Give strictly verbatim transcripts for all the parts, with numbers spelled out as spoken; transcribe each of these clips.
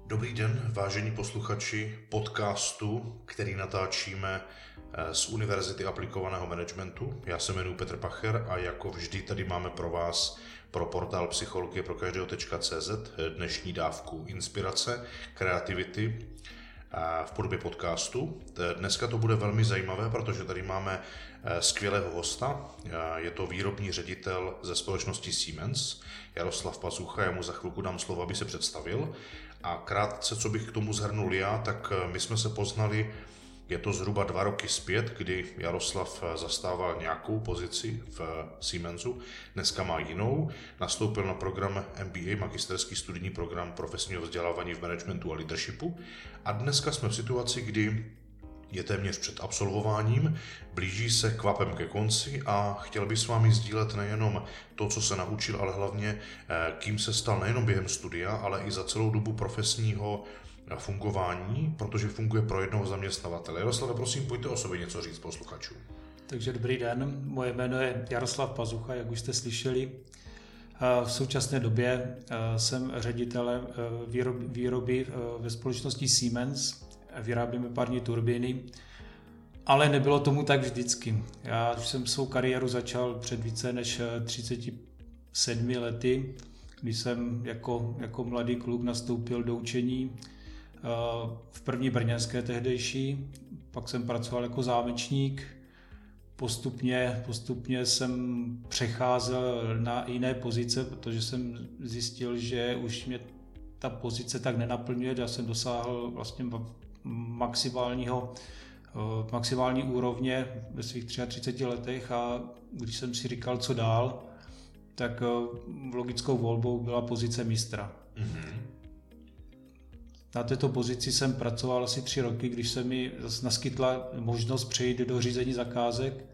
Dobrý den, vážení posluchači podcastu, který natáčíme z Univerzity aplikovaného managementu. Já se jmenuji Petr Pacher a jako vždy tady máme pro vás, pro portál psychologie pro každého tečka cé zet, dnešní dávku inspirace, kreativity v podobě podcastu. Dneska to bude velmi zajímavé, protože tady máme skvělého hosta. Je to výrobní ředitel ze společnosti Siemens, Jaroslav Pazucha. Já mu za chvilku dám slovo, aby se představil. A krátce, co bych k tomu shrnul já, tak my jsme se poznali, je to zhruba dva roky zpět, kdy Jaroslav zastával nějakou pozici v Siemensu, dneska má jinou, nastoupil na program M B A, magisterský studijní program profesního vzdělávání v managementu a leadershipu, a dneska jsme v situaci, kdy je téměř před absolvováním, blíží se kvapem ke konci a chtěl bych s vámi sdílet nejenom to, co se naučil, ale hlavně kým se stal nejenom během studia, ale i za celou dobu profesního fungování, protože funguje pro jednoho zaměstnavatele. Jaroslave, prosím, pojďte o sobě něco říct posluchačům. Takže dobrý den, moje jméno je Jaroslav Pazucha, jak už jste slyšeli. V současné době jsem ředitelem výroby ve společnosti Siemens. Vyrábíme parní turbíny, ale nebylo tomu tak vždycky. Já už jsem svou kariéru začal před více než třiceti sedmi lety, kdy jsem jako, jako mladý kluk nastoupil do učení v první brněnské tehdejší, pak jsem pracoval jako zámečník, postupně, postupně jsem přecházel na jiné pozice, protože jsem zjistil, že už mě ta pozice tak nenaplňuje, já jsem dosáhl vlastně maximálního, maximální úrovně ve svých třiatřiceti třech letech, a když jsem si říkal, co dál, tak logickou volbou byla pozice mistra. Mm-hmm. Na této pozici jsem pracoval asi tři roky, když se mi naskytla možnost přejít do řízení zakázek,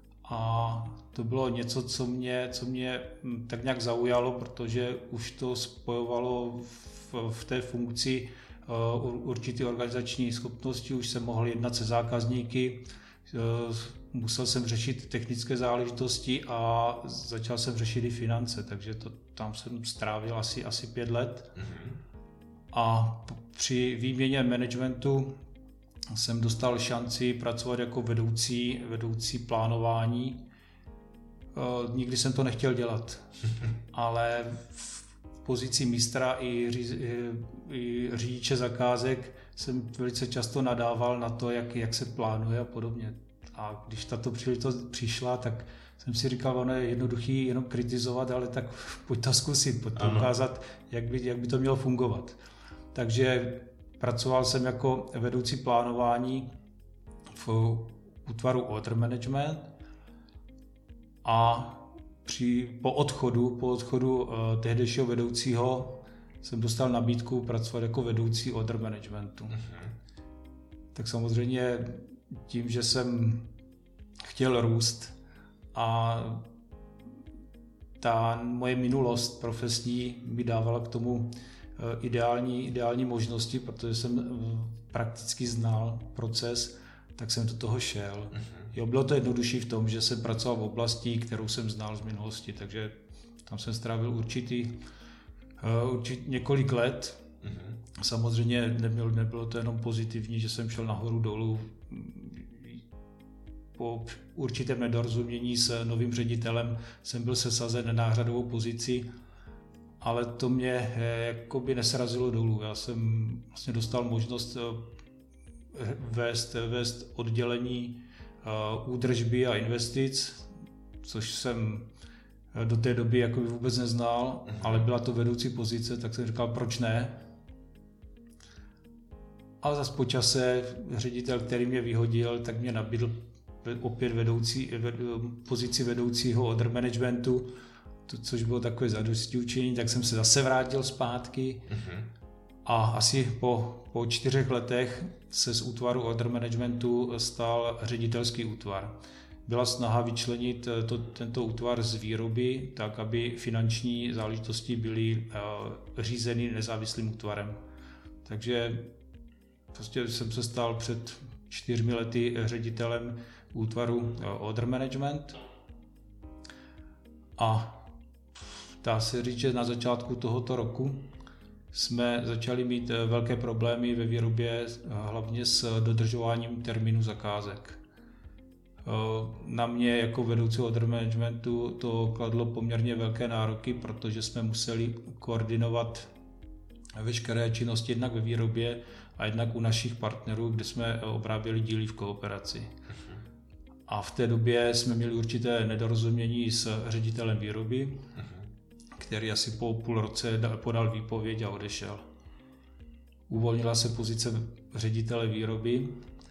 a to bylo něco, co mě, co mě tak nějak zaujalo, protože už to spojovalo v, v té funkci určitý organizační schopnosti, už jsem mohl jednat se zákazníky, musel jsem řešit technické záležitosti a začal jsem řešit i finance, takže to, tam jsem strávil asi, asi pět let. Mm-hmm. A při výměně managementu jsem dostal šanci pracovat jako vedoucí, vedoucí plánování. Nikdy jsem to nechtěl dělat, ale v pozici mistra i, ři, i řidiče zakázek jsem velice často nadával na to, jak, jak se plánuje a podobně. A když tato příležitost přišla, tak jsem si říkal, ono je jednoduchý jenom kritizovat, ale tak pojď to zkusit, pojď to ukázat, jak by, jak by to mělo fungovat. Takže pracoval jsem jako vedoucí plánování v útvaru Order Management a při, po odchodu, po odchodu uh, tehdejšího vedoucího jsem dostal nabídku pracovat jako vedoucí Order Managementu. Uh-huh. Tak samozřejmě tím, že jsem chtěl růst a ta moje minulost profesní mi dávala k tomu ideální, ideální možnosti, protože jsem prakticky znal proces, tak jsem do toho šel. Uh-huh. Jo, bylo to jednodušší v tom, že jsem pracoval v oblasti, kterou jsem znal z minulosti, takže tam jsem strávil určitý, určitý několik let. Uh-huh. Samozřejmě nebylo, nebylo to jenom pozitivní, že jsem šel nahoru dolů. Po určitém nedorozumění s novým ředitelem jsem byl sesazen na náhradovou pozici, ale to mě jakoby nesrazilo dolů. Já jsem vlastně dostal možnost vést, vést oddělení údržby a investic, což jsem do té doby jakoby vůbec neznal, ale byla to vedoucí pozice, tak jsem říkal, proč ne. A zas po čase ředitel, který mě vyhodil, tak mě nabídl opět vedoucí, ved, pozici vedoucího order managementu, to, což bylo takové zadostiučinění, tak jsem se zase vrátil zpátky. Mm-hmm. A asi po, po čtyřech letech se z útvaru order managementu stal ředitelský útvar. Byla snaha vyčlenit to, tento útvar z výroby tak, aby finanční záležitosti byly uh, řízeny nezávislým útvarem. Takže prostě jsem se stal před čtyřmi lety ředitelem útvaru uh, order management. A dá se říct, že na začátku tohoto roku jsme začali mít velké problémy ve výrobě, hlavně s dodržováním termínu zakázek. Na mě jako vedoucího order managementu to kladlo poměrně velké nároky, protože jsme museli koordinovat veškeré činnosti jednak ve výrobě a jednak u našich partnerů, kde jsme obráběli díly v kooperaci. A v té době jsme měli určité nedorozumění s ředitelem výroby, který asi po půl roce podal výpověď a odešel. Uvolnila se pozice ředitele výroby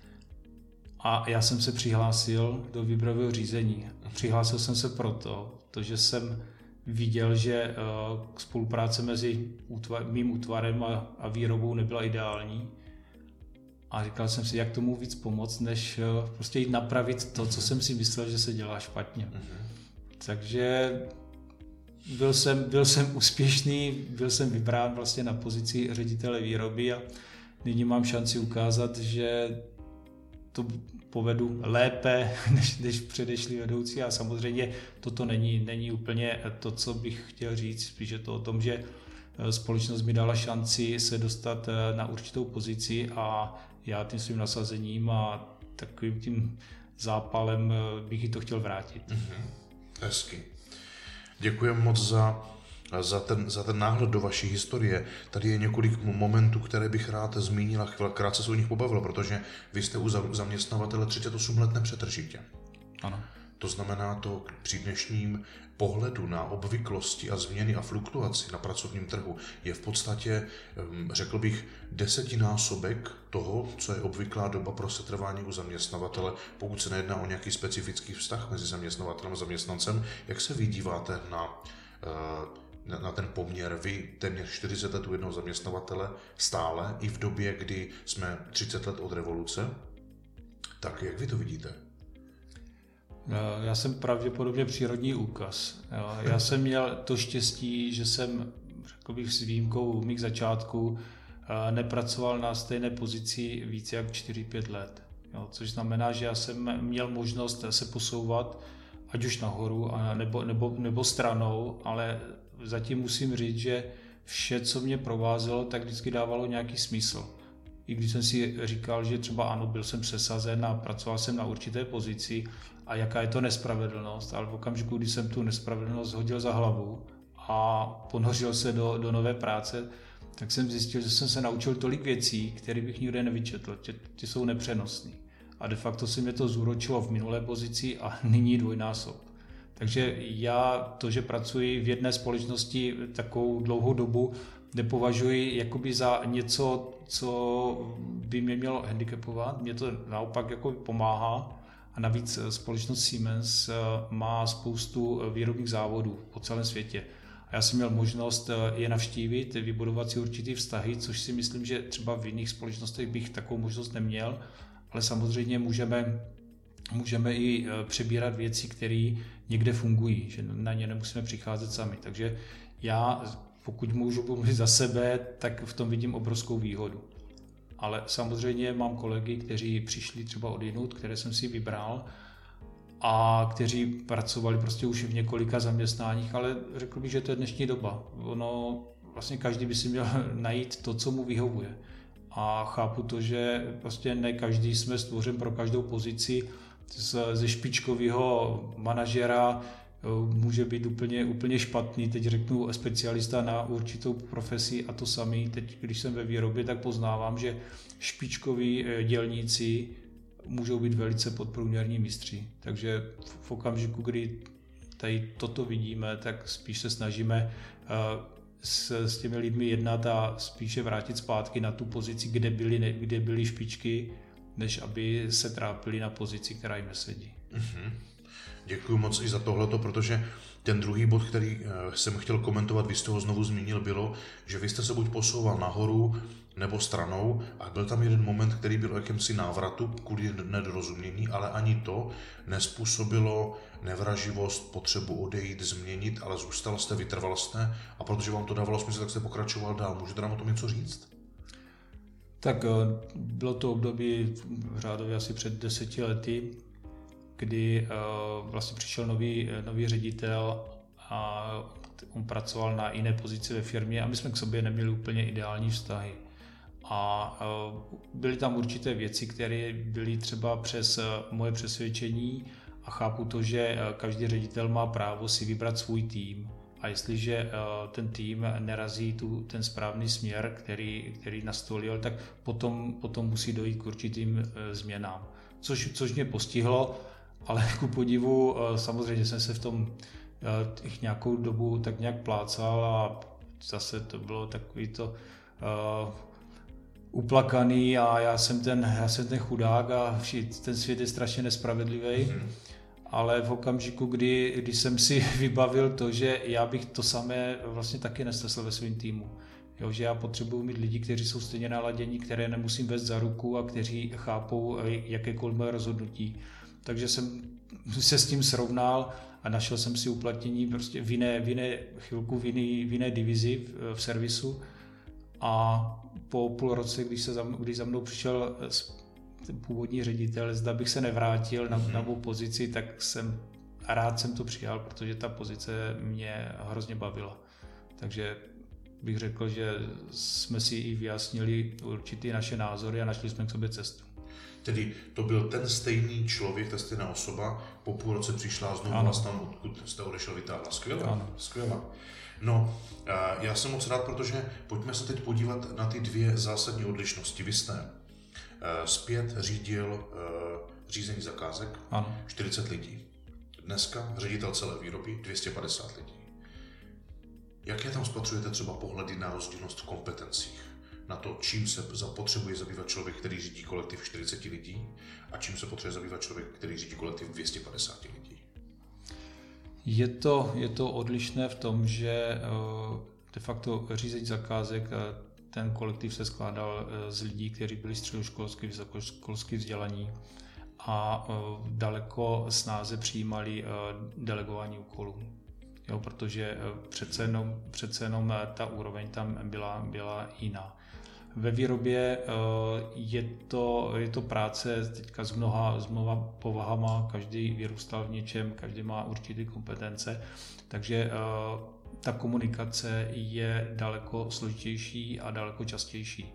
a já jsem se přihlásil do výběrového řízení. Přihlásil jsem se proto, protože jsem viděl, že spolupráce mezi mým útvarem a výrobou nebyla ideální. A říkal jsem si, jak tomu víc pomoct, než prostě jít napravit to, co jsem si myslel, že se dělá špatně. Takže byl jsem, byl jsem úspěšný, byl jsem vybrán vlastně na pozici ředitele výroby a nyní mám šanci ukázat, že to povedu lépe než, než předešlý vedoucí a samozřejmě toto není, není úplně to, co bych chtěl říct, spíš je to o tom, že společnost mi dala šanci se dostat na určitou pozici a já tím svým nasazením a takovým tím zápalem bych jí to chtěl vrátit. Mm-hmm. Hezky. Děkuji moc za, za, ten, za ten náhled do vaší historie. Tady je několik momentů, které bych rád zmínil a krátce se o nich pobavil, protože vy jste u zaměstnavatele třicet osm let nepřetržitě. Ano. To znamená to při dnešním pohledu na obvyklosti a změny a fluktuaci na pracovním trhu je v podstatě, řekl bych, desetinásobek toho, co je obvyklá doba pro setrvání u zaměstnavatele, pokud se nejedná o nějaký specifický vztah mezi zaměstnavatelem a zaměstnancem. Jak se vy díváte na, na ten poměr? Vy téměř čtyřicet let u jednoho zaměstnavatele stále, i v době, kdy jsme třicet let od revoluce. Tak jak vy to vidíte? Já jsem pravděpodobně přírodní úkaz. Já jsem měl to štěstí, že jsem, řekl bych, s výjimkou mých začátků nepracoval na stejné pozici více jak čtyři pět let. Což znamená, že já jsem měl možnost se posouvat, ať už nahoru, nebo, nebo, nebo stranou, ale zatím musím říct, že vše, co mě provázelo, tak vždycky dávalo nějaký smysl. I když jsem si říkal, že třeba ano, byl jsem přesazen a pracoval jsem na určité pozici a jaká je to nespravedlnost, ale v okamžiku, kdy jsem tu nespravedlnost hodil za hlavu a ponořil se do, do nové práce, tak jsem zjistil, že jsem se naučil tolik věcí, které bych nikde nevyčetl, ty, ty jsou nepřenosné. A de facto se mě to zúročilo v minulé pozici a nyní dvojnásob. Takže já to, že pracuji v jedné společnosti takovou dlouhou dobu, nepovažuji jakoby za něco, co by mě mělo handicapovat. Mě to naopak jako pomáhá. A navíc společnost Siemens má spoustu výrobních závodů po celém světě. A já jsem měl možnost je navštívit, vybudovat si určitý vztahy, což si myslím, že třeba v jiných společnostech bych takovou možnost neměl. Ale samozřejmě můžeme, můžeme i přebírat věci, které někde fungují, že na ně nemusíme přicházet sami. Takže já, pokud můžu mluvit za sebe, tak v tom vidím obrovskou výhodu. Ale samozřejmě mám kolegy, kteří přišli třeba odjinud, které jsem si vybral a kteří pracovali prostě už v několika zaměstnáních, ale řekl bych, že to je dnešní doba. Ono, vlastně každý by si měl najít to, co mu vyhovuje. A chápu to, že prostě ne každý jsme stvořen pro každou pozici. Ze špičkového manažera může být úplně, úplně špatný, teď řeknu specialista na určitou profesi a to samý. Teď, když jsem ve výrobě, tak poznávám, že špičkoví dělníci můžou být velice podprůměrní mistři. Takže v okamžiku, kdy tady toto vidíme, tak spíš se snažíme s, s těmi lidmi jednat a spíše vrátit zpátky na tu pozici, kde byly, kde byly špičky, než aby se trápili na pozici, která jim nesedí. Mm-hmm. Děkuji moc i za tohleto, protože ten druhý bod, který jsem chtěl komentovat, vy jste ho znovu zmínil, bylo, že vy jste se buď posouval nahoru nebo stranou a byl tam jeden moment, který byl o jakémsi návratu kvůli nedorozumění, ale ani to nespůsobilo nevraživost, potřebu odejít, změnit, ale zůstal jste, vytrval jste a protože vám to dávalo smysl, tak jste pokračoval dál. Můžete nám o tom něco říct? Tak bylo to období řádově asi před deseti lety, kdy uh, vlastně přišel nový, nový ředitel a on pracoval na jiné pozici ve firmě a my jsme k sobě neměli úplně ideální vztahy. A byly tam určité věci, které byly třeba přes moje přesvědčení a chápu to, že každý ředitel má právo si vybrat svůj tým a jestliže ten tým nerazí tu, ten správný směr, který, který nastolil, tak potom, potom musí dojít k určitým změnám. Což, což mě postihlo, ale ku podivu samozřejmě jsem se v tom nějakou dobu tak nějak plácal a zase to bylo takový to uh, uplakaný a já jsem ten, já jsem ten chudák a ten svět je strašně nespravedlivý. Mm-hmm. Ale v okamžiku, kdy, kdy jsem si vybavil to, že já bych to samé vlastně taky nesnesl ve svém týmu. Jo, že já potřebuji mít lidi, kteří jsou stejně naladění, které nemusím vést za ruku a kteří chápou jakékoliv moje rozhodnutí. Takže jsem se s tím srovnal a našel jsem si uplatnění prostě v jiné, v jiné chvilku, v jiné, v jiné divizi v, v servisu. A po půl roce, když, se za, když za mnou přišel ten původní ředitel, zda bych se nevrátil na, na mou pozici, tak jsem rád jsem to přijal, protože ta pozice mě hrozně bavila. Takže bych řekl, že jsme si i vyjasnili určitý naše názory a našli jsme k sobě cestu. Tedy to byl ten stejný člověk, ta stejná osoba, po půl roce přišla a znovu vás tam, odkud jste odešel, vytáhla. Skvělá, skvělá. No, já jsem moc rád, protože pojďme se teď podívat na ty dvě zásadní odlišnosti. Vy jste zpět řídil řízení zakázek, ano. čtyřicet lidí. Dneska ředitel celé výroby dvě stě padesát lidí. Jaké tam spatřujete třeba pohledy na rozdílnost v kompetencích? Na to, čím se potřebuje zabývat člověk, který řídí kolektiv čtyřicet lidí a čím se potřebuje zabývat člověk, který řídí kolektiv dvě stě padesát lidí? Je to, je to odlišné v tom, že de facto řízení zakázek, ten kolektiv se skládal z lidí, kteří byli středoškolsky, vysokoškolsky vzdělaní a daleko snáze přijímali delegování úkolů. Jo, protože přece jenom, přece jenom ta úroveň tam byla, byla jiná. Ve výrobě je to, je to práce teďka s mnoha, s mnoha povahama, každý vyrůstal v něčem, každý má určité kompetence, takže ta komunikace je daleko složitější a daleko častější.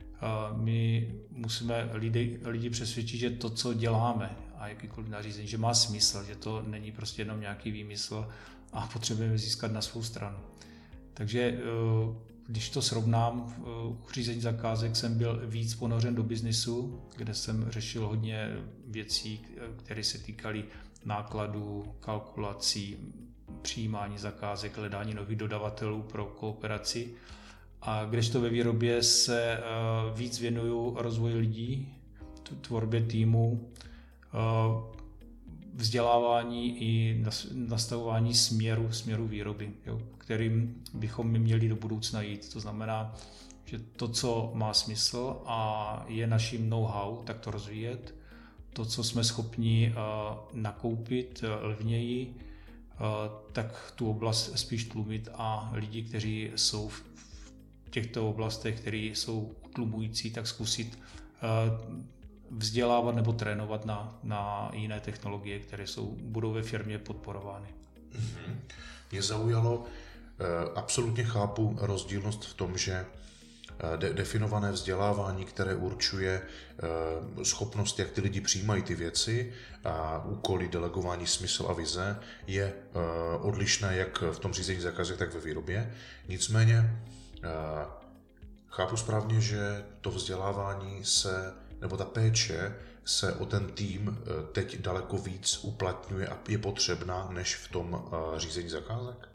My musíme lidi, lidi přesvědčit, že to, co děláme a jakýkoliv nařízení, že má smysl, že to není prostě jenom nějaký výmysl a potřebujeme získat na svou stranu. Takže když to srovnám, u řízení zakázek jsem byl víc ponořen do biznisu, kde jsem řešil hodně věcí, které se týkaly nákladů, kalkulací, přijímání zakázek, hledání nových dodavatelů pro kooperaci. A kdežto ve výrobě se víc věnuju rozvoji lidí, tvorbě týmu, vzdělávání i nastavování směru, směru výroby, jo, kterým bychom měli do budoucna jít. To znamená, že to, co má smysl a je naším know-how, tak to rozvíjet. To, co jsme schopni uh, nakoupit uh, levněji, uh, tak tu oblast spíš tlumit a lidi, kteří jsou v těchto oblastech, kteří jsou utlumující, tak zkusit uh, vzdělávat nebo trénovat na, na jiné technologie, které jsou, budou ve firmě podporovány. Mm-hmm. Mě zaujalo, eh, absolutně chápu rozdílnost v tom, že de- definované vzdělávání, které určuje eh, schopnost, jak ty lidi přijímají ty věci a úkoly, delegování, smysl a vize, je eh, odlišné jak v tom řízení zakázek, tak ve výrobě. Nicméně eh, chápu správně, že to vzdělávání se nebo ta péče se o ten tým teď daleko víc uplatňuje a je potřebná než v tom řízení zakázek?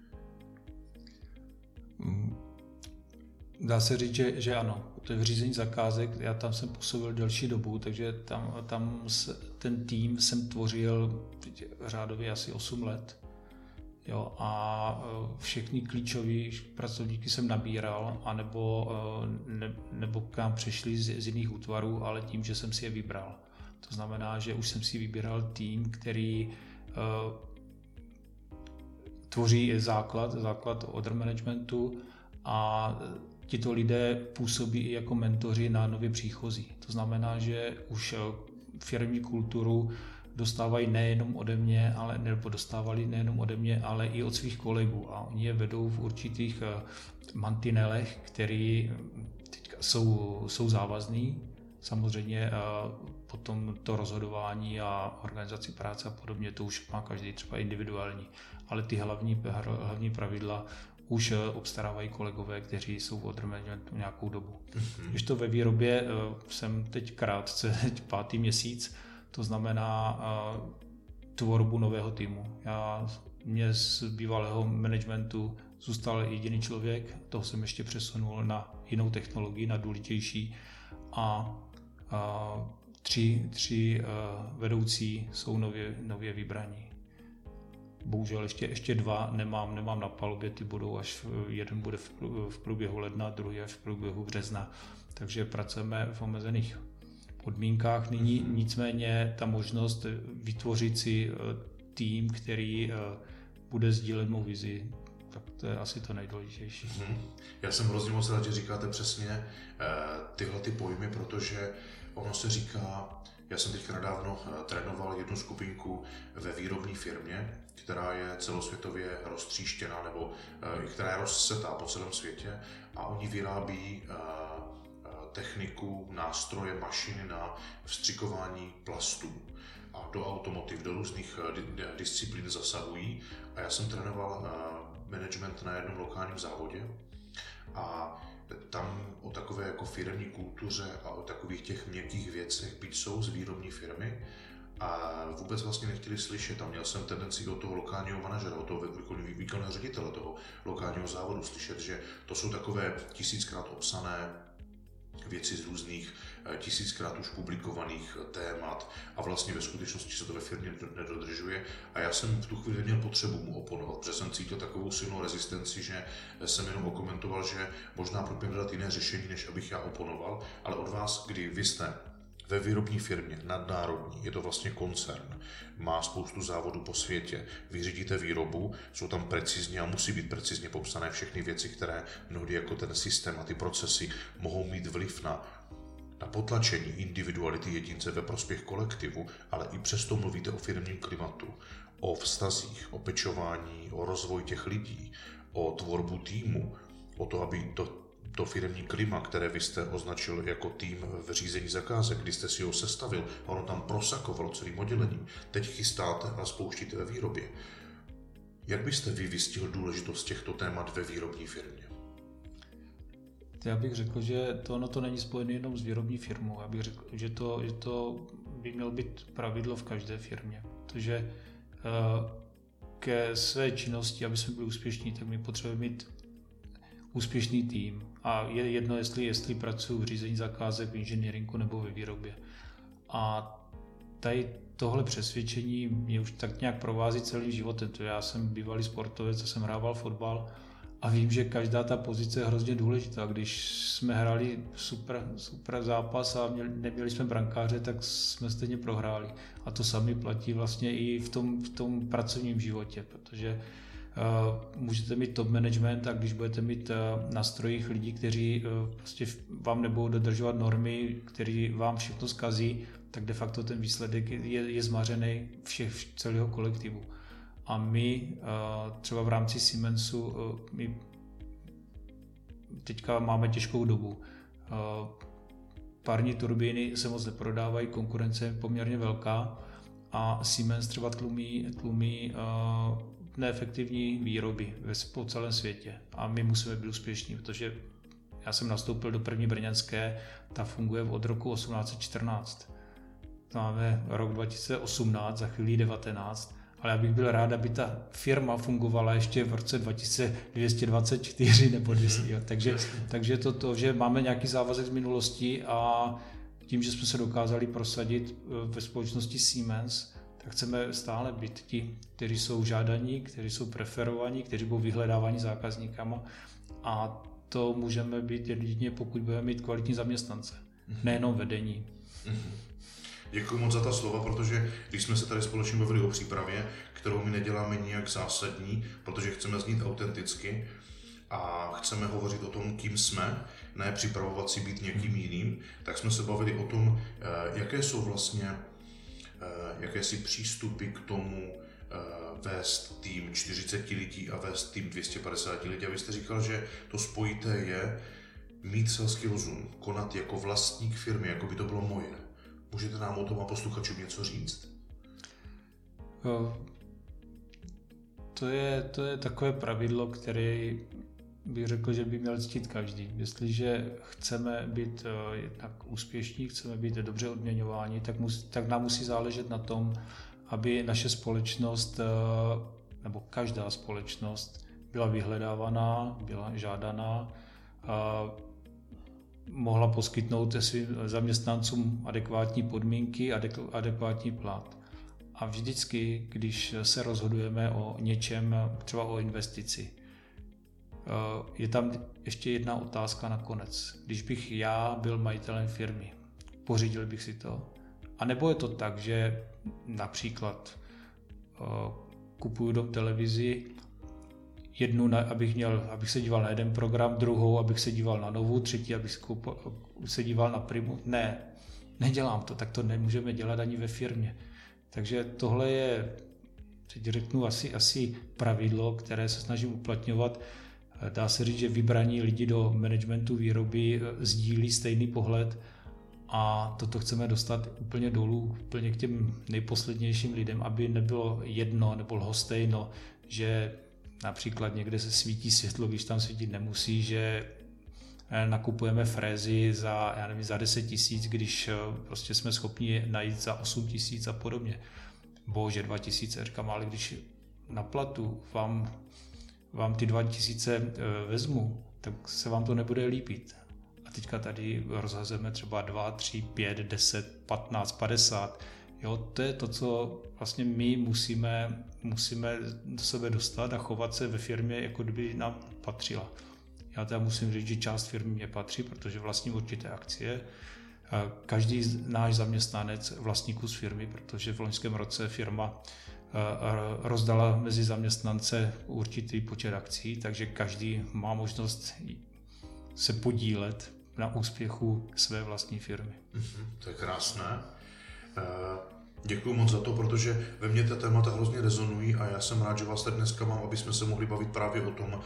Dá se říct, že, že ano. To je v řízení zakázek, já tam jsem působil delší dobu, takže tam, tam se, ten tým jsem tvořil řádově asi osm let. Jo, a všechny klíčové pracovníky jsem nabíral, anebo, ne, nebo k nám přešli z, z jiných útvarů, ale tím, že jsem si je vybral. To znamená, že už jsem si vybíral tým, který uh, tvoří základ, základ order managementu a tito lidé působí i jako mentoři na nově příchozí. To znamená, že už firmní kulturu dostávají nejenom ode mě, ale nebo dostávali nejenom ode mě, ale i od svých kolegů a oni je vedou v určitých mantinelech, které teďka jsou, jsou závazný. Samozřejmě potom to rozhodování a organizaci práce a podobně, to už má každý třeba individuální, ale ty hlavní, hlavní pravidla už obstarávají kolegové, kteří jsou v order managementu nějakou dobu. Mm-hmm. Když to ve výrobě jsem teď krátce, teď pátý měsíc, to znamená tvorbu nového týmu. Já, mě z bývalého managementu zůstal jediný člověk, toho jsem ještě přesunul na jinou technologii, na důležitější a, a tři, tři vedoucí jsou nově, nově vybraní. Bohužel ještě, ještě dva nemám, nemám na palubě, ty budou až, jeden bude v, v průběhu ledna, druhý až v průběhu března. Takže pracujeme v omezených podmínkách. Nyní nicméně ta možnost vytvořit si tým, který bude sdílet mou vizi, tak to je asi to nejdůležitější. Hmm. Já jsem hrozně moc rád, že říkáte přesně eh, tyhle ty pojmy, protože ono se říká, já jsem teď nedávno eh, trénoval jednu skupinku ve výrobní firmě, která je celosvětově roztříštěná, nebo eh, která je rozsetá po celém světě a oni vyrábí eh, techniku, nástroje, mašiny na vstřikování plastů a do automotiv, do různých disciplín zasahují a já jsem trénoval management na jednom lokálním závodě a tam o takové jako firemní kultuře a o takových těch měkkých věcech, byť jsou z výrobní firmy, a vůbec vlastně nechtěli slyšet. Tam měl jsem tendenci od toho lokálního manažera, od toho výkonného ředitele toho lokálního závodu slyšet, že to jsou takové tisíckrát obsané věci z různých tisíckrát už publikovaných témat a vlastně ve skutečnosti se to ve firmě nedodržuje. A já jsem v tu chvíli měl potřebu mu oponovat, protože jsem cítil takovou silnou rezistenci, že jsem jenom okomentoval, že možná pro mě dát jiné řešení, než abych já oponoval, ale od vás, kdy vy jste ve výrobní firmě, nadnárodní, je to vlastně koncern, má spoustu závodů po světě, vy řídíte výrobu, jsou tam precizně a musí být precizně popsané všechny věci, které mnohdy jako ten systém a ty procesy mohou mít vliv na, na potlačení individuality jedince ve prospěch kolektivu, ale i přesto mluvíte o firmním klimatu, o vztazích, o pečování, o rozvoj těch lidí, o tvorbu týmu, o to, aby to to firemní klima, které vy jste označil jako tým v řízení zakázek, kdy jste si ho sestavil, ono tam prosakovalo celým oddělením, teď chystáte a spouštíte ve výrobě. Jak byste vy vystihl důležitost těchto témat ve výrobní firmě? Já bych řekl, že to, ono to není spojené jenom s výrobní firmou. Já bych řekl, že to, že to by mělo být pravidlo v každé firmě. Protože ke své činnosti, aby jsme byli úspěšní, tak my potřebujeme mít úspěšný tým. A je jedno, jestli, jestli pracuji v řízení zakázek, v inženýrinku nebo ve výrobě. A tady tohle přesvědčení mě už tak nějak provází celým životem. Já jsem bývalý sportovec, jsem hrával fotbal a vím, že každá ta pozice je hrozně důležitá. Když jsme hráli super, super zápas a měli, neměli jsme brankáře, tak jsme stejně prohráli. A to sami platí vlastně i v tom, v tom pracovním životě, protože Uh, můžete mít top management a když budete mít uh, na strojích lidí, kteří uh, prostě vám nebudou dodržovat normy, kteří vám všechno zkazí, tak de facto ten výsledek je, je zmařený všech celého kolektivu. A my uh, třeba v rámci Siemensu uh, my teďka máme těžkou dobu. Uh, pární turbíny se moc neprodávají, konkurence je poměrně velká a Siemens třeba tlumí, tlumí uh, neefektivní výroby po celém světě a my musíme být úspěšní, protože já jsem nastoupil do první brněnské, ta funguje od roku osmnáct set čtrnáct. Máme rok dva tisíce osmnáct, za chvíli devatenáct, ale já bych byl rád, aby ta firma fungovala ještě v roce dva tisíce dvě stě dvacet čtyři nebo dvě stě. Jo. Takže, takže to, to, že máme nějaký závazek z minulosti a tím, že jsme se dokázali prosadit ve společnosti Siemens, tak chceme stále být ti, kteří jsou žádaní, kteří jsou preferovaní, kteří budou vyhledáváni zákazníkama a to můžeme být jedině, pokud budeme mít kvalitní zaměstnance, nejenom vedení. Děkuji moc za ta slova, protože když jsme se tady společně bavili o přípravě, kterou my neděláme nijak zásadní, protože chceme znít autenticky a chceme hovořit o tom, kým jsme, ne připravovat si být někým jiným, tak jsme se bavili o tom, jaké jsou vlastně jakési přístupy k tomu vést tým čtyřicet lidí a vést tým dvě stě padesát lidí. A vy jste říkal, že to spojité je mít selský rozum, konat jako vlastník firmy, jako by to bylo moje. Můžete nám o tom a posluchačům něco říct? To je, to je takové pravidlo, které bych řekl, že by měl ctít každý. Jestliže chceme být jednak úspěšní, chceme být dobře odměňováni, tak, mus, tak nám musí záležet na tom, aby naše společnost, nebo každá společnost byla vyhledávaná, byla žádaná, a mohla poskytnout svým zaměstnancům adekvátní podmínky, adekvátní plat. A vždycky, když se rozhodujeme o něčem, třeba o investici, je tam ještě jedna otázka nakonec. Když bych já byl majitelem firmy, pořídil bych si to? A nebo je to tak, že například kupuju do televizi jednu, abych, měl, abych se díval na jeden program, druhou, abych se díval na novou, třetí, abych se díval na Primu? Ne, nedělám to, tak to nemůžeme dělat ani ve firmě. Takže tohle je, teď řeknu, asi, asi pravidlo, které se snažím uplatňovat. Dá se říct, že vybraní lidi do managementu výroby sdílí stejný pohled a toto chceme dostat úplně dolů, úplně k těm nejposlednějším lidem, aby nebylo jedno nebo lhostejno, že například někde se svítí světlo, když tam svítit nemusí, že nakupujeme frézy za, já nevím, za deset tisíc, když prostě jsme schopni najít za osm tisíc a podobně. Bože, dva tisíce, říkám, ale když na platu vám, vám ty dva tisíce vezmu, tak se vám to nebude líbit. A teďka tady rozhazujeme třeba dva, tři, pět, deset, patnáct, padesát. Jo, to je to, co vlastně my musíme, musíme do sebe dostat a chovat se ve firmě, jako kdyby nám patřila. Já teda musím říct, že část firmy mě patří, protože vlastním určité akcie. Každý náš zaměstnanec vlastní kus firmy, protože v loňském roce firma rozdala mezi zaměstnance určitý počet akcí, takže každý má možnost se podílet na úspěchu své vlastní firmy. Mm-hmm, to je krásné. Děkuji moc za to, protože ve mně ta témata hrozně rezonují a já jsem rád, že vás tady dneska mám, aby jsme se mohli bavit právě o tom,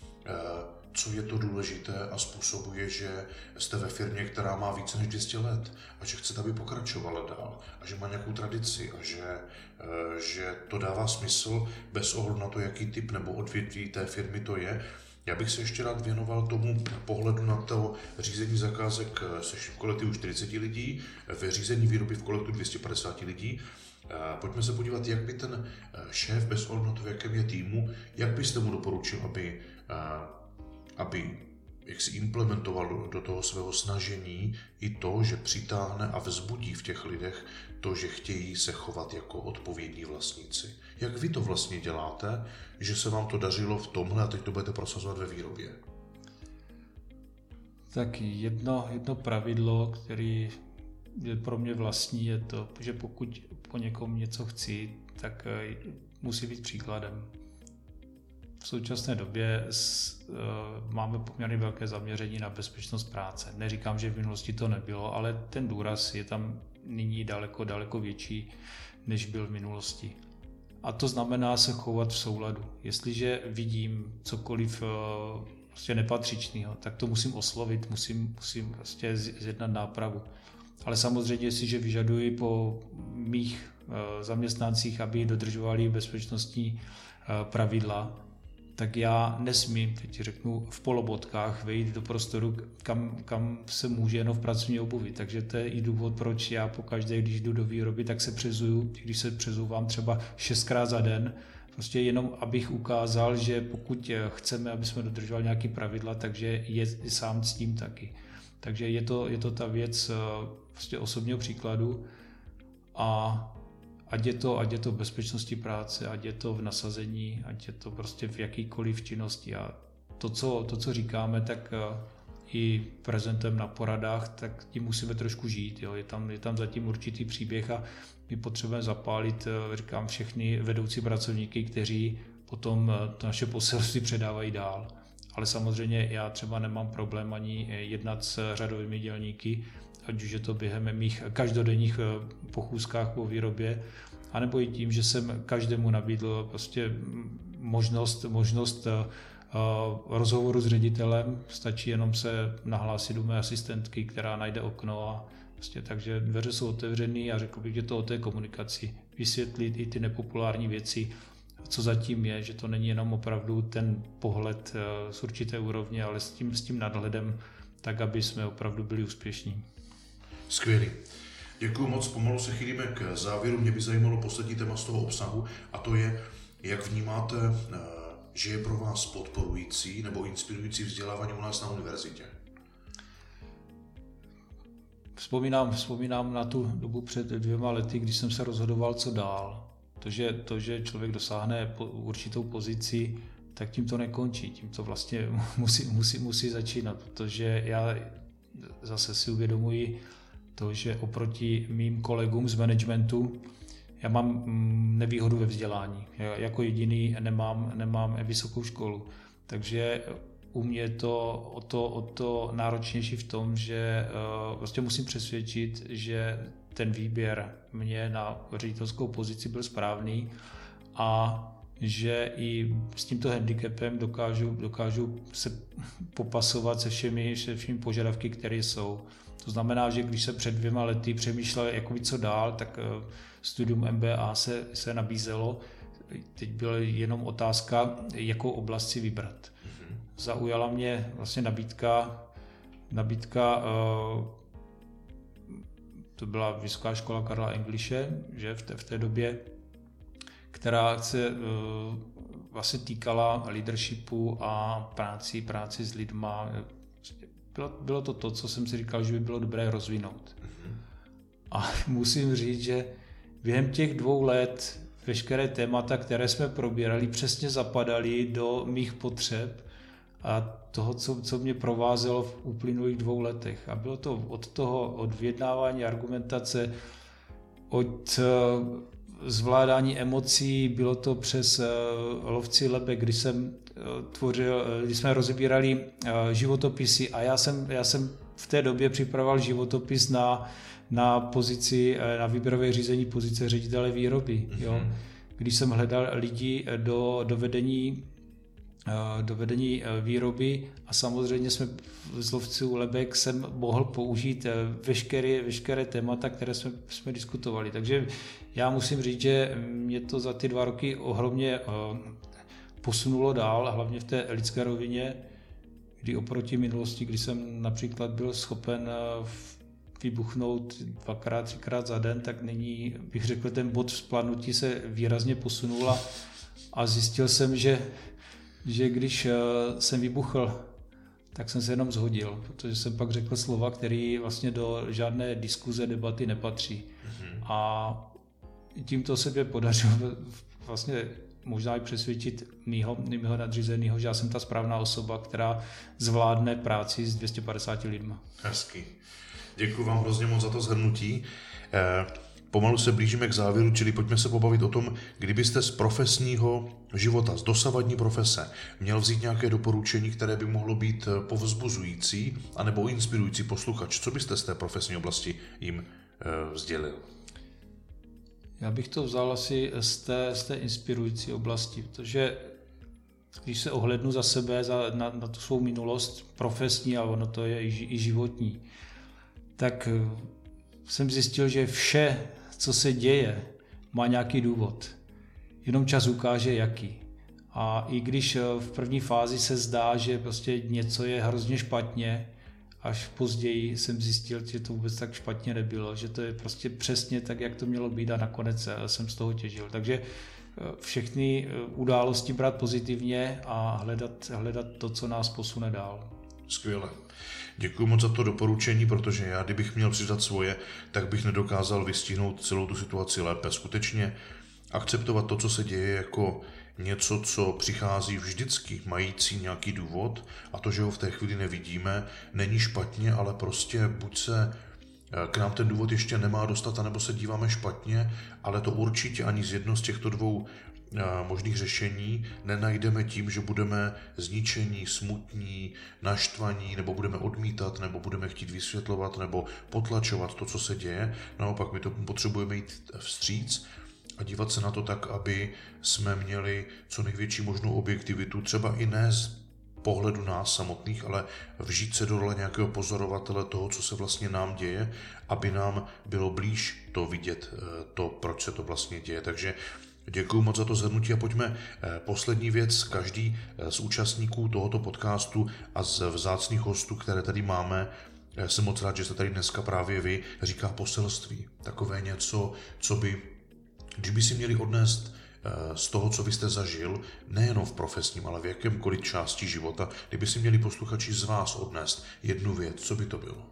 co je to důležité a způsobuje, že jste ve firmě, která má více než dvě stě let a že chcete, aby pokračovala dál a že má nějakou tradici a že, že to dává smysl bez ohledu na to, jaký typ nebo odvětví té firmy to je. Já bych se ještě rád věnoval tomu pohledu na to řízení zakázek se kolektivu čtyřicet lidí, ve řízení výroby v kolektivu dvě stě padesát lidí. Pojďme se podívat, jak by ten šéf, bez ohledu na to, v jakém je týmu, jak byste mu doporučil, aby, aby jak si implementoval do, do toho svého snažení i to, že přitáhne a vzbudí v těch lidech to, že chtějí se chovat jako odpovědní vlastníci. Jak vy to vlastně děláte, že se vám to dařilo v tomhle a teď to budete prosazovat ve výrobě? Tak jedno, jedno pravidlo, které je pro mě vlastní, je to, že pokud po někom něco chci, tak musí být příkladem. V současné době s, uh, máme poměrně velké zaměření na bezpečnost práce. Neříkám, že v minulosti to nebylo, ale ten důraz je tam nyní daleko, daleko větší, než byl v minulosti. A to znamená se chovat v souladu. Jestliže vidím cokoliv uh, prostě nepatřičného, tak to musím oslovit, musím, musím prostě zjednat nápravu. Ale samozřejmě, jestliže vyžaduji po mých uh, zaměstnancích, aby dodržovali bezpečnostní uh, pravidla, tak já nesmím, teď řeknu, v polobotkách vejít do prostoru, kam, kam se může jenom v pracovní obuvi. Takže to je i důvod, proč já pokaždé, když jdu do výroby, tak se přezuju, když se přezouvám třeba šestkrát za den, prostě jenom abych ukázal, že pokud chceme, aby jsme dodržovali nějaké pravidla, takže je sám s tím taky. Takže je to, je to ta věc prostě osobního příkladu a Ať je, to, ať je to v bezpečnosti práce, ať je to v nasazení, ať je to prostě v jakýkoliv činnosti. A to, co, to, co říkáme, tak i prezentem na poradách, tak tím musíme trošku žít. Jo. Je tam, je tam zatím určitý příběh a my potřebujeme zapálit, říkám, všechny vedoucí pracovníky, kteří potom to naše poselství předávají dál. Ale samozřejmě já třeba nemám problém ani jednat s řadovými dělníky, ať už je to během mých každodenních pochůzkách po výrobě, anebo i tím, že jsem každému nabídl prostě možnost, možnost rozhovoru s ředitelem, stačí jenom se nahlásit do mé asistentky, která najde okno a prostě takže dveře jsou otevřený a řekl bych, že to o té komunikaci, vysvětlit i ty nepopulární věci, co zatím je, že to není jenom opravdu ten pohled z určité úrovně, ale s tím, s tím nadhledem, tak, aby jsme opravdu byli úspěšní. Skvělý. Děkuji moc, pomalu se chýlíme k závěru. Mě by zajímalo poslední téma z toho obsahu a to je, jak vnímáte, že je pro vás podporující nebo inspirující vzdělávání u nás na univerzitě. Vzpomínám, vzpomínám na tu dobu před dvěma lety, když jsem se rozhodoval, co dál. To, že, to, že člověk dosáhne po určitou pozici, tak tím to nekončí, tím to vlastně musí, musí, musí začínat, protože já zase si uvědomuji to, že oproti mým kolegům z managementu já mám nevýhodu ve vzdělání. Já jako jediný nemám, nemám vysokou školu, takže u mě je to o to, o to náročnější v tom, že uh, vlastně musím přesvědčit, že ten výběr mě na ředitelskou pozici byl správný a že i s tímto handicapem dokážu, dokážu se popasovat se všemi, se všemi požadavky, které jsou. To znamená, že když se před dvěma lety přemýšlel, jakoby co dál, tak uh, studium M B A se, se nabízelo. Teď byla jenom otázka, jakou oblast si vybrat. Zaujala mě vlastně nabídka, nabídka to byla Vysoká škola Karla Englische, že v té, v té době, která se vlastně týkala leadershipu a práci, práci s lidma. Bylo, bylo to to, co jsem si říkal, že by bylo dobré rozvinout. A musím říct, že během těch dvou let veškeré témata, které jsme probírali, přesně zapadaly do mých potřeb a toho, co, co mě provázelo v uplynulých dvou letech. A bylo to od toho, od vyjednávání argumentace, od zvládání emocí, bylo to přes Lovci Lebek, kdy jsem tvořil, kdy jsme rozebírali životopisy a já jsem, já jsem v té době připravoval životopis na, na pozici, na výběrové řízení pozice ředitele výroby. Mm-hmm. Jo. Když jsem hledal lidi do, do vedení do vedení výroby a samozřejmě jsme z Lovců Lebek jsem mohl použít veškeré, veškeré témata, které jsme, jsme diskutovali. Takže já musím říct, že mě to za ty dva roky ohromně posunulo dál, hlavně v té lidské rovině, kdy oproti minulosti, kdy jsem například byl schopen vybuchnout dvakrát, třikrát za den, tak nyní bych řekl, ten bod vzplanutí se výrazně posunul a, a zjistil jsem, že že když jsem vybuchl, tak jsem se jenom zhodil, protože jsem pak řekl slova, které vlastně do žádné diskuze, debaty nepatří. Mm-hmm. A tímto se mě podařilo vlastně možná i přesvědčit mýho, mýho nadřízeného, že já jsem ta správná osoba, která zvládne práci s dvě stě padesáti lidma. Hezky. Děkuji vám hrozně moc za to shrnutí. Eh... Pomalu se blížíme k závěru, čili pojďme se pobavit o tom, kdybyste z profesního života, z dosavadní profese, měl vzít nějaké doporučení, které by mohlo být povzbuzující anebo inspirující posluchač. Co byste z té profesní oblasti jim sdělil? Já bych to vzal asi z té, z té inspirující oblasti, protože když se ohlednu za sebe, za, na, na tu svou minulost profesní, ale ono to je i, i životní, tak jsem zjistil, že vše, co se děje, má nějaký důvod. Jenom čas ukáže, jaký. A i když v první fázi se zdá, že prostě něco je hrozně špatně, až později jsem zjistil, že to vůbec tak špatně nebylo, že to je prostě přesně tak, jak to mělo být a nakonec jsem z toho těžil. Takže všechny události brát pozitivně a hledat, hledat to, co nás posune dál. Skvěle. Děkuji moc za to doporučení, protože já, kdybych měl přidat svoje, tak bych nedokázal vystihnout celou tu situaci lépe. Skutečně akceptovat to, co se děje, jako něco, co přichází vždycky mající nějaký důvod a to, že ho v té chvíli nevidíme, není špatně, ale prostě buď se k nám ten důvod ještě nemá dostat, anebo se díváme špatně, ale to určitě ani z jedno z těchto dvou možných řešení nenajdeme tím, že budeme zničení, smutní, naštvaní, nebo budeme odmítat, nebo budeme chtít vysvětlovat, nebo potlačovat to, co se děje. Naopak, my to potřebujeme jít vstříc a dívat se na to tak, aby jsme měli co největší možnou objektivitu, třeba i ne z pohledu nás samotných, ale vžít se do role nějakého pozorovatele toho, co se vlastně nám děje, aby nám bylo blíž to vidět, to, proč se to vlastně děje. Takže děkuji moc za to shrnutí a pojďme poslední věc. Každý z účastníků tohoto podcastu a z vzácných hostů, které tady máme, jsem moc rád, že jste tady dneska právě vy, říká poselství. Takové něco, co by, když by si měli odnést z toho, co vy jste zažil, nejenom v profesním, ale v jakémkoliv části života, kdyby si měli posluchači z vás odnést jednu věc, co by to bylo?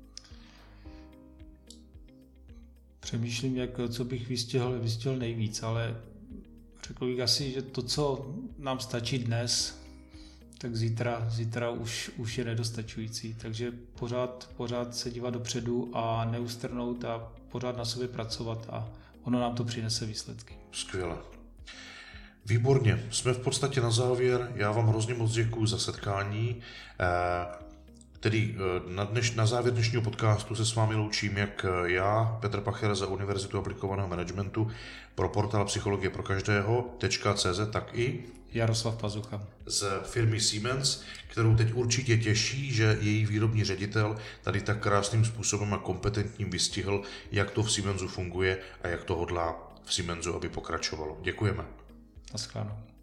Přemýšlím, jak, co bych vystihl, vystihl nejvíc, ale řekl bych asi, že to, co nám stačí dnes, tak zítra, zítra už, už je nedostačující. Takže pořád, pořád se dívat dopředu a neustrnout a pořád na sobě pracovat a ono nám to přinese výsledky. Skvěle. Výborně, jsme v podstatě na závěr. Já vám hrozně moc děkuju za setkání. Tedy na, dneš, na závěr dnešního podcastu se s vámi loučím jak já, Petr Pacher za Univerzitu aplikovaného managementu pro portál Psychologie pro každého .cz, tak i Jaroslav Pazucha z firmy Siemens, kterou teď určitě těší, že její výrobní ředitel tady tak krásným způsobem a kompetentním vystihl, jak to v Siemensu funguje a jak to hodlá v Siemensu, aby pokračovalo. Děkujeme. Naschledanou.